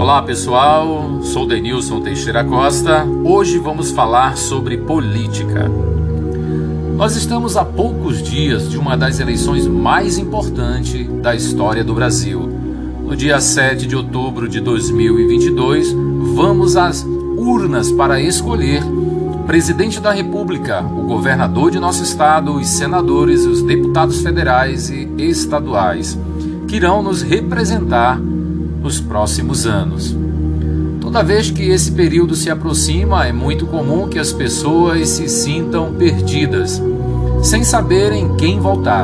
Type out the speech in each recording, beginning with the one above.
Olá pessoal, sou Denilson Teixeira Costa. Hoje vamos falar sobre política. Nós estamos a poucos dias de uma das eleições mais importantes da história do Brasil. No dia 7 de outubro de 2022, vamos às urnas para escolher o presidente da República, o governador de nosso estado, os senadores, os deputados federais e estaduais, que irão nos representar nos próximos anos. Toda vez que esse período se aproxima, é muito comum que as pessoas se sintam perdidas, sem saberem quem votar.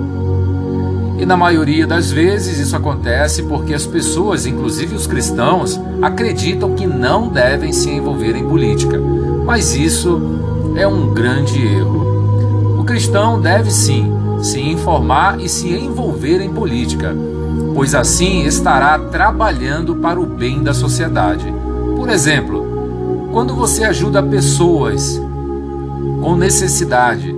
E na maioria das vezes isso acontece porque as pessoas, inclusive os cristãos, acreditam que não devem se envolver em política. Mas isso é um grande erro. O cristão deve sim se informar e se envolver em política, pois assim estará trabalhando para o bem da sociedade. Por exemplo, quando você ajuda pessoas com necessidade,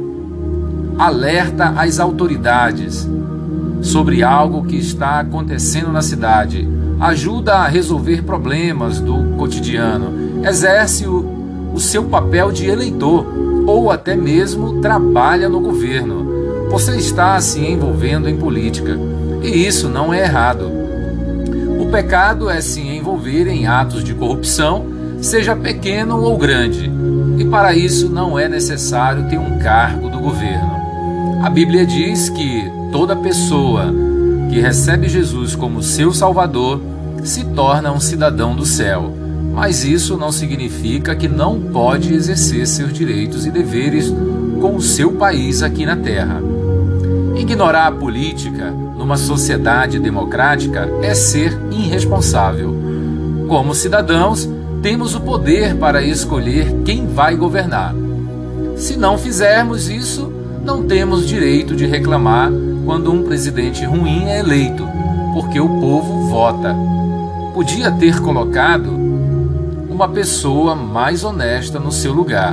alerta as autoridades sobre algo que está acontecendo na cidade, ajuda a resolver problemas do cotidiano, exerce o seu papel de eleitor ou até mesmo trabalha no governo, você está se envolvendo em política. E isso não é errado. O pecado é se envolver em atos de corrupção, seja pequeno ou grande, e para isso não é necessário ter um cargo do governo. A Bíblia diz que toda pessoa que recebe Jesus como seu Salvador se torna um cidadão do céu, mas isso não significa que não pode exercer seus direitos e deveres com o seu país aqui na terra. Ignorar a política numa sociedade democrática é ser irresponsável. Como cidadãos, temos o poder para escolher quem vai governar. Se não fizermos isso, não temos direito de reclamar quando um presidente ruim é eleito, porque o povo vota. Podia ter colocado uma pessoa mais honesta no seu lugar.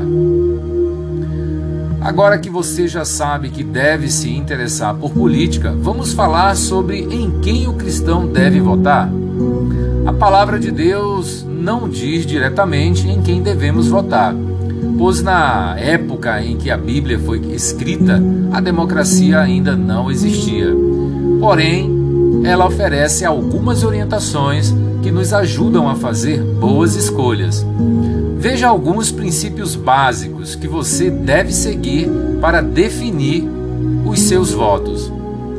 Agora que você já sabe que deve se interessar por política, vamos falar sobre em quem o cristão deve votar? A palavra de Deus não diz diretamente em quem devemos votar, pois na época em que a Bíblia foi escrita, a democracia ainda não existia. Porém, ela oferece algumas orientações que nos ajudam a fazer boas escolhas. Veja alguns princípios básicos que você deve seguir para definir os seus votos.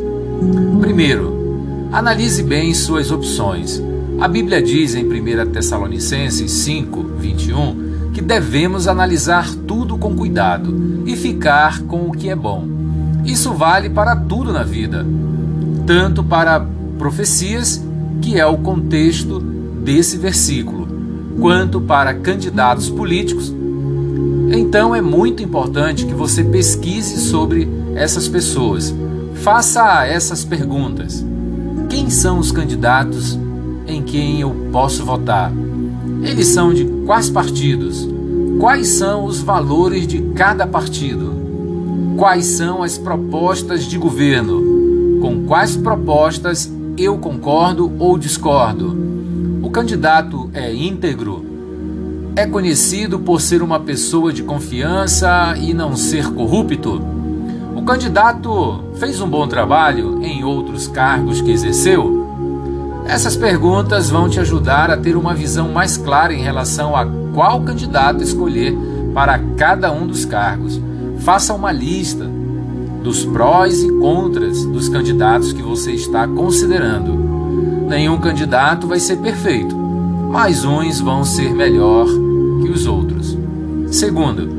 Primeiro, analise bem suas opções. A Bíblia diz em 1 Tessalonicenses 5:21 que devemos analisar tudo com cuidado e ficar com o que é bom. Isso vale para tudo na vida, tanto para profecias, que é o contexto desse versículo, quanto para candidatos políticos. Então é muito importante que você pesquise sobre essas pessoas. Faça essas perguntas. Quem são os candidatos em quem eu posso votar? Eles são de quais partidos? Quais são os valores de cada partido? Quais são as propostas de governo? Com quais propostas eu concordo ou discordo? O candidato é íntegro? É conhecido por ser uma pessoa de confiança e não ser corrupto? O candidato fez um bom trabalho em outros cargos que exerceu? Essas perguntas vão te ajudar a ter uma visão mais clara em relação a qual candidato escolher para cada um dos cargos. Faça uma lista dos prós e contras dos candidatos que você está considerando. Nenhum candidato vai ser perfeito, mas uns vão ser melhor que os outros. Segundo,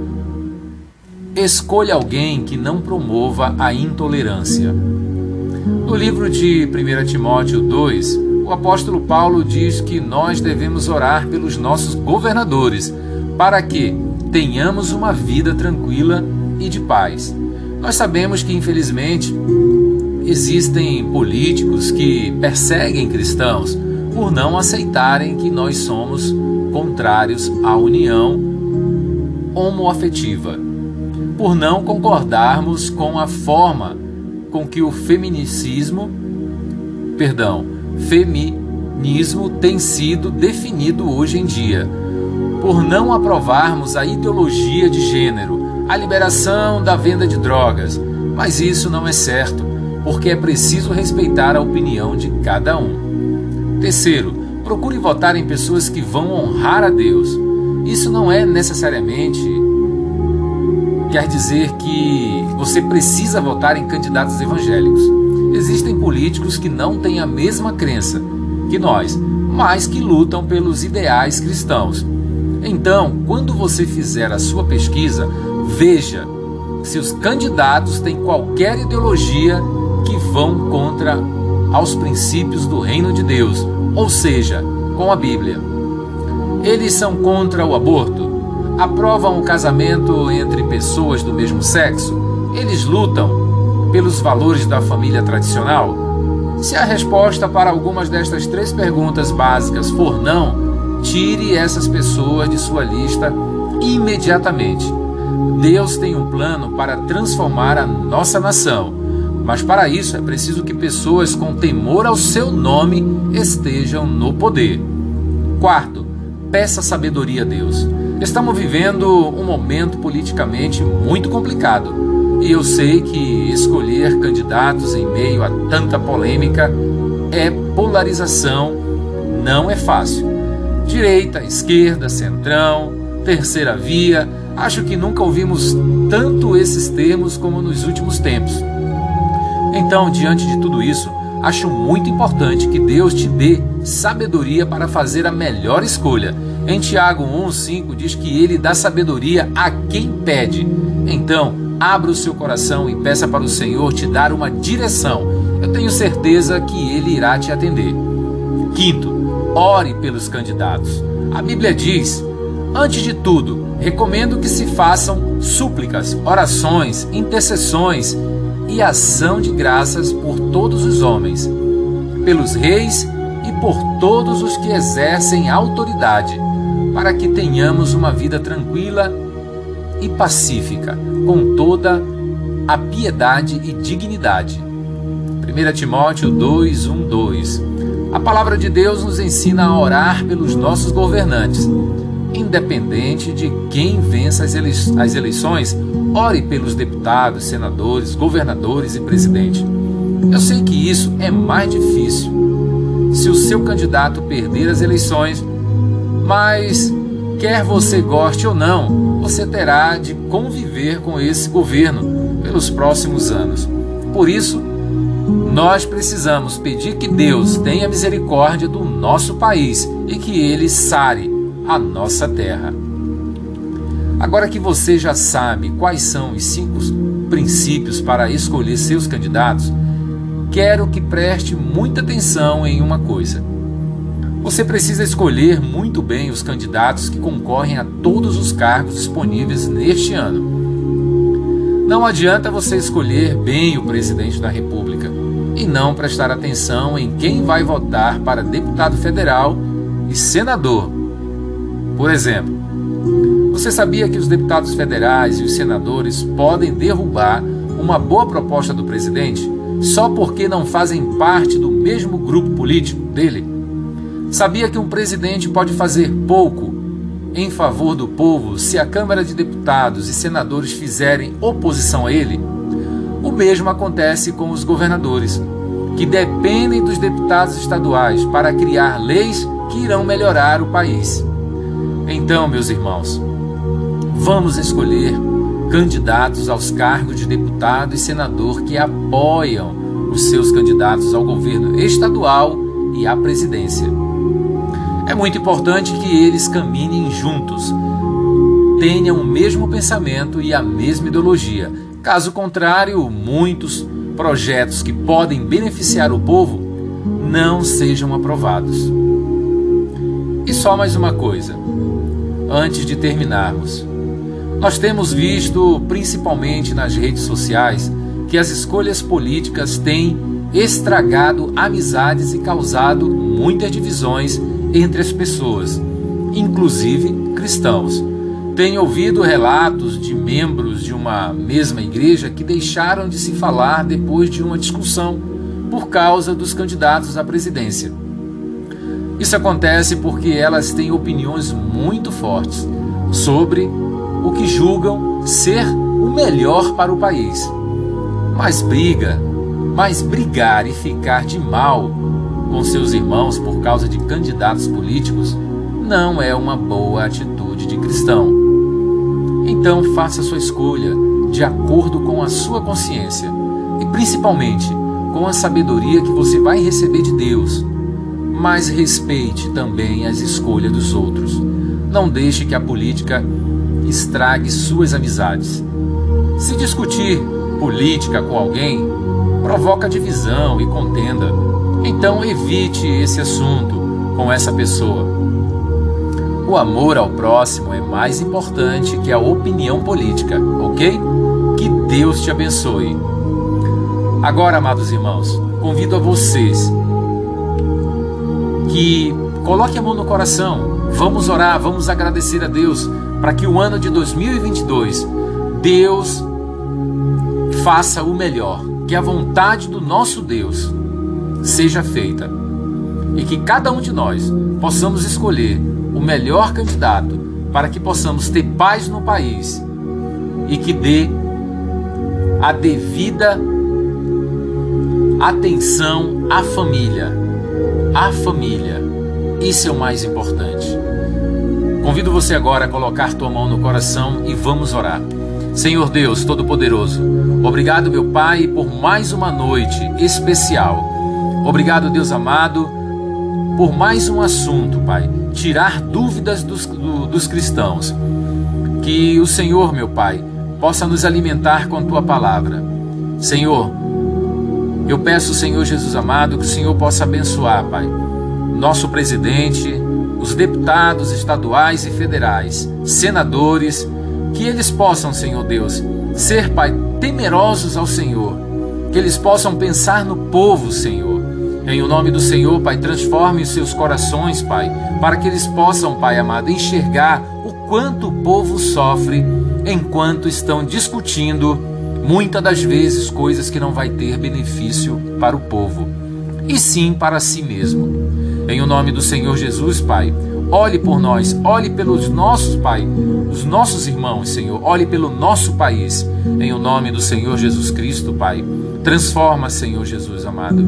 escolha alguém que não promova a intolerância. No livro de 1 Timóteo 2, o apóstolo Paulo diz que nós devemos orar pelos nossos governadores, para que tenhamos uma vida tranquila e de paz. Nós sabemos que, infelizmente, existem políticos que perseguem cristãos por não aceitarem que nós somos contrários à união homoafetiva, por não concordarmos com a forma com que o feminismo cristianismo tem sido definido hoje em dia, por não aprovarmos a ideologia de gênero, a liberação da venda de drogas, mas isso não é certo, porque é preciso respeitar a opinião de cada um. Terceiro, procure votar em pessoas que vão honrar a Deus. Isso não é necessariamente quer dizer que você precisa votar em candidatos evangélicos. Existem políticos que não têm a mesma crença que nós, mas que lutam pelos ideais cristãos. Então, quando você fizer a sua pesquisa, veja se os candidatos têm qualquer ideologia que vão contra aos princípios do reino de Deus, ou seja, com a Bíblia. Eles são contra o aborto? Aprovam o casamento entre pessoas do mesmo sexo? Eles lutam pelos valores da família tradicional? Se a resposta para algumas destas 3 perguntas básicas for não, tire essas pessoas de sua lista imediatamente. Deus tem um plano para transformar a nossa nação, mas para isso é preciso que pessoas com temor ao seu nome estejam no poder. Quarto, peça sabedoria a Deus. Estamos vivendo um momento politicamente muito complicado e eu sei que escolher candidatos em meio a tanta polêmica é polarização, não é fácil. Direita, esquerda, centrão, terceira via, acho que nunca ouvimos tanto esses termos como nos últimos tempos. Então, diante de tudo isso, acho muito importante que Deus te dê sabedoria para fazer a melhor escolha. Em Tiago 1,5 diz que Ele dá sabedoria a quem pede. Então, abra o seu coração e peça para o Senhor te dar uma direção. Eu tenho certeza que Ele irá te atender. Quinto, ore pelos candidatos. A Bíblia diz, antes de tudo, recomendo que se façam súplicas, orações, intercessões e ação de graças por todos os homens, pelos reis e por todos os que exercem autoridade, para que tenhamos uma vida tranquila e pacífica, com toda a piedade e dignidade. 1 Timóteo 2:1-2. A palavra de Deus nos ensina a orar pelos nossos governantes. Independente de quem vença as eleições, ore pelos deputados, senadores, governadores e presidente. Eu sei que isso é mais difícil se o seu candidato perder as eleições, mas quer você goste ou não, você terá de conviver com esse governo pelos próximos anos. Por isso, nós precisamos pedir que Deus tenha misericórdia do nosso país e que Ele sare a nossa terra. Agora que você já sabe quais são os 5 princípios para escolher seus candidatos, quero que preste muita atenção em uma coisa. Você precisa escolher muito bem os candidatos que concorrem a todos os cargos disponíveis neste ano. Não adianta você escolher bem o presidente da República e não prestar atenção em quem vai votar para deputado federal e senador. Por exemplo, você sabia que os deputados federais e os senadores podem derrubar uma boa proposta do presidente só porque não fazem parte do mesmo grupo político dele? Sabia que um presidente pode fazer pouco em favor do povo se a Câmara de Deputados e senadores fizerem oposição a ele? O mesmo acontece com os governadores, que dependem dos deputados estaduais para criar leis que irão melhorar o país. Então, meus irmãos, vamos escolher candidatos aos cargos de deputado e senador que apoiam os seus candidatos ao governo estadual e à presidência. É muito importante que eles caminhem juntos, tenham o mesmo pensamento e a mesma ideologia. Caso contrário, muitos projetos que podem beneficiar o povo não sejam aprovados. E só mais uma coisa, antes de terminarmos. Nós temos visto, principalmente nas redes sociais, que as escolhas políticas têm estragado amizades e causado muitas divisões entre as pessoas, inclusive cristãos. Tenho ouvido relatos de membros de uma mesma igreja que deixaram de se falar depois de uma discussão por causa dos candidatos à presidência. Isso acontece porque elas têm opiniões muito fortes sobre o que julgam ser o melhor para o país. Mas brigar e ficar de mal com seus irmãos por causa de candidatos políticos não é uma boa atitude de cristão. Então faça sua escolha de acordo com a sua consciência e principalmente com a sabedoria que você vai receber de Deus. Mas respeite também as escolhas dos outros. Não deixe que a política estrague suas amizades. Se discutir política com alguém provoca divisão e contenda, então evite esse assunto com essa pessoa. O amor ao próximo é mais importante que a opinião política, ok? Que Deus te abençoe. Agora, amados irmãos, convido a vocês que coloquem a mão no coração. Vamos orar, vamos agradecer a Deus para que o ano de 2022 Deus faça o melhor, que a vontade do nosso Deus seja feita e que cada um de nós possamos escolher o melhor candidato para que possamos ter paz no país e que dê a devida atenção à família. A família, isso é o mais importante. Convido você agora a colocar tua mão no coração e vamos orar. Senhor Deus Todo-Poderoso, obrigado, meu Pai, por mais uma noite especial. Obrigado, Deus amado, por mais um assunto, Pai. Tirar dúvidas dos cristãos. Que o Senhor, meu Pai, possa nos alimentar com a tua palavra. Senhor, eu peço, Senhor Jesus amado, que o Senhor possa abençoar, Pai, nosso presidente, os deputados estaduais e federais, senadores, que eles possam, Senhor Deus, ser, Pai, temerosos ao Senhor, que eles possam pensar no povo, Senhor. Em o nome do Senhor, Pai, transforme os seus corações, Pai, para que eles possam, Pai amado, enxergar o quanto o povo sofre enquanto estão discutindo, muitas das vezes, coisas que não vai ter benefício para o povo, e sim para si mesmo. Em o nome do Senhor Jesus, Pai, olhe por nós, olhe pelos nossos, Pai, os nossos irmãos, Senhor, olhe pelo nosso país. Em o nome do Senhor Jesus Cristo, Pai, transforma, Senhor Jesus amado,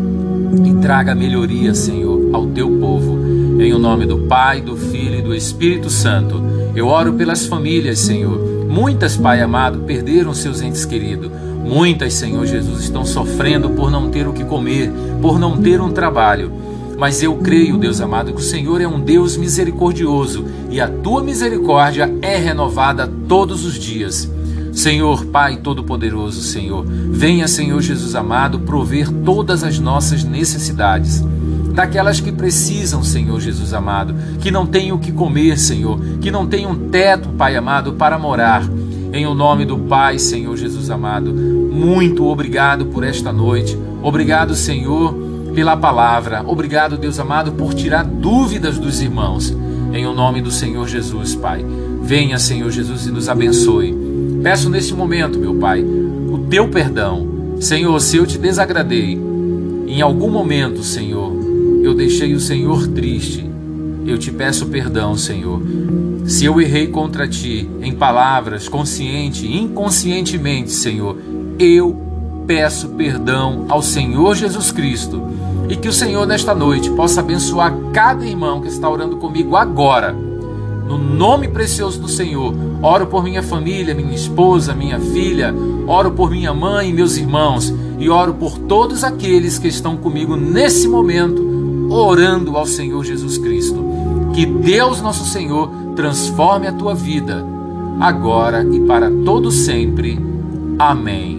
e traga melhoria, Senhor, ao teu povo. Em o nome do Pai, do Filho e do Espírito Santo, eu oro pelas famílias, Senhor. Muitas, Pai amado, perderam seus entes queridos. Muitas, Senhor Jesus, estão sofrendo por não ter o que comer, por não ter um trabalho. Mas eu creio, Deus amado, que o Senhor é um Deus misericordioso e a tua misericórdia é renovada todos os dias. Senhor, Pai Todo-Poderoso, Senhor, venha, Senhor Jesus amado, prover todas as nossas necessidades. Daquelas que precisam, Senhor Jesus amado, que não têm o que comer, Senhor, que não têm um teto, Pai amado, para morar. Em o nome do Pai, Senhor Jesus amado, muito obrigado por esta noite. Obrigado, Senhor, pela palavra. Obrigado, Deus amado, por tirar dúvidas dos irmãos. Em o nome do Senhor Jesus, Pai. Venha, Senhor Jesus, e nos abençoe. Peço neste momento, meu Pai, o teu perdão. Senhor, se eu te desagradei, em algum momento, Senhor, eu deixei o Senhor triste, eu te peço perdão, Senhor. Se eu errei contra ti, em palavras, consciente e inconscientemente, Senhor, eu peço perdão ao Senhor Jesus Cristo. E que o Senhor, nesta noite, possa abençoar cada irmão que está orando comigo agora. No nome precioso do Senhor, oro por minha família, minha esposa, minha filha, oro por minha mãe e meus irmãos, e oro por todos aqueles que estão comigo nesse momento, orando ao Senhor Jesus Cristo. Que Deus nosso Senhor transforme a tua vida, agora e para todo sempre. Amém.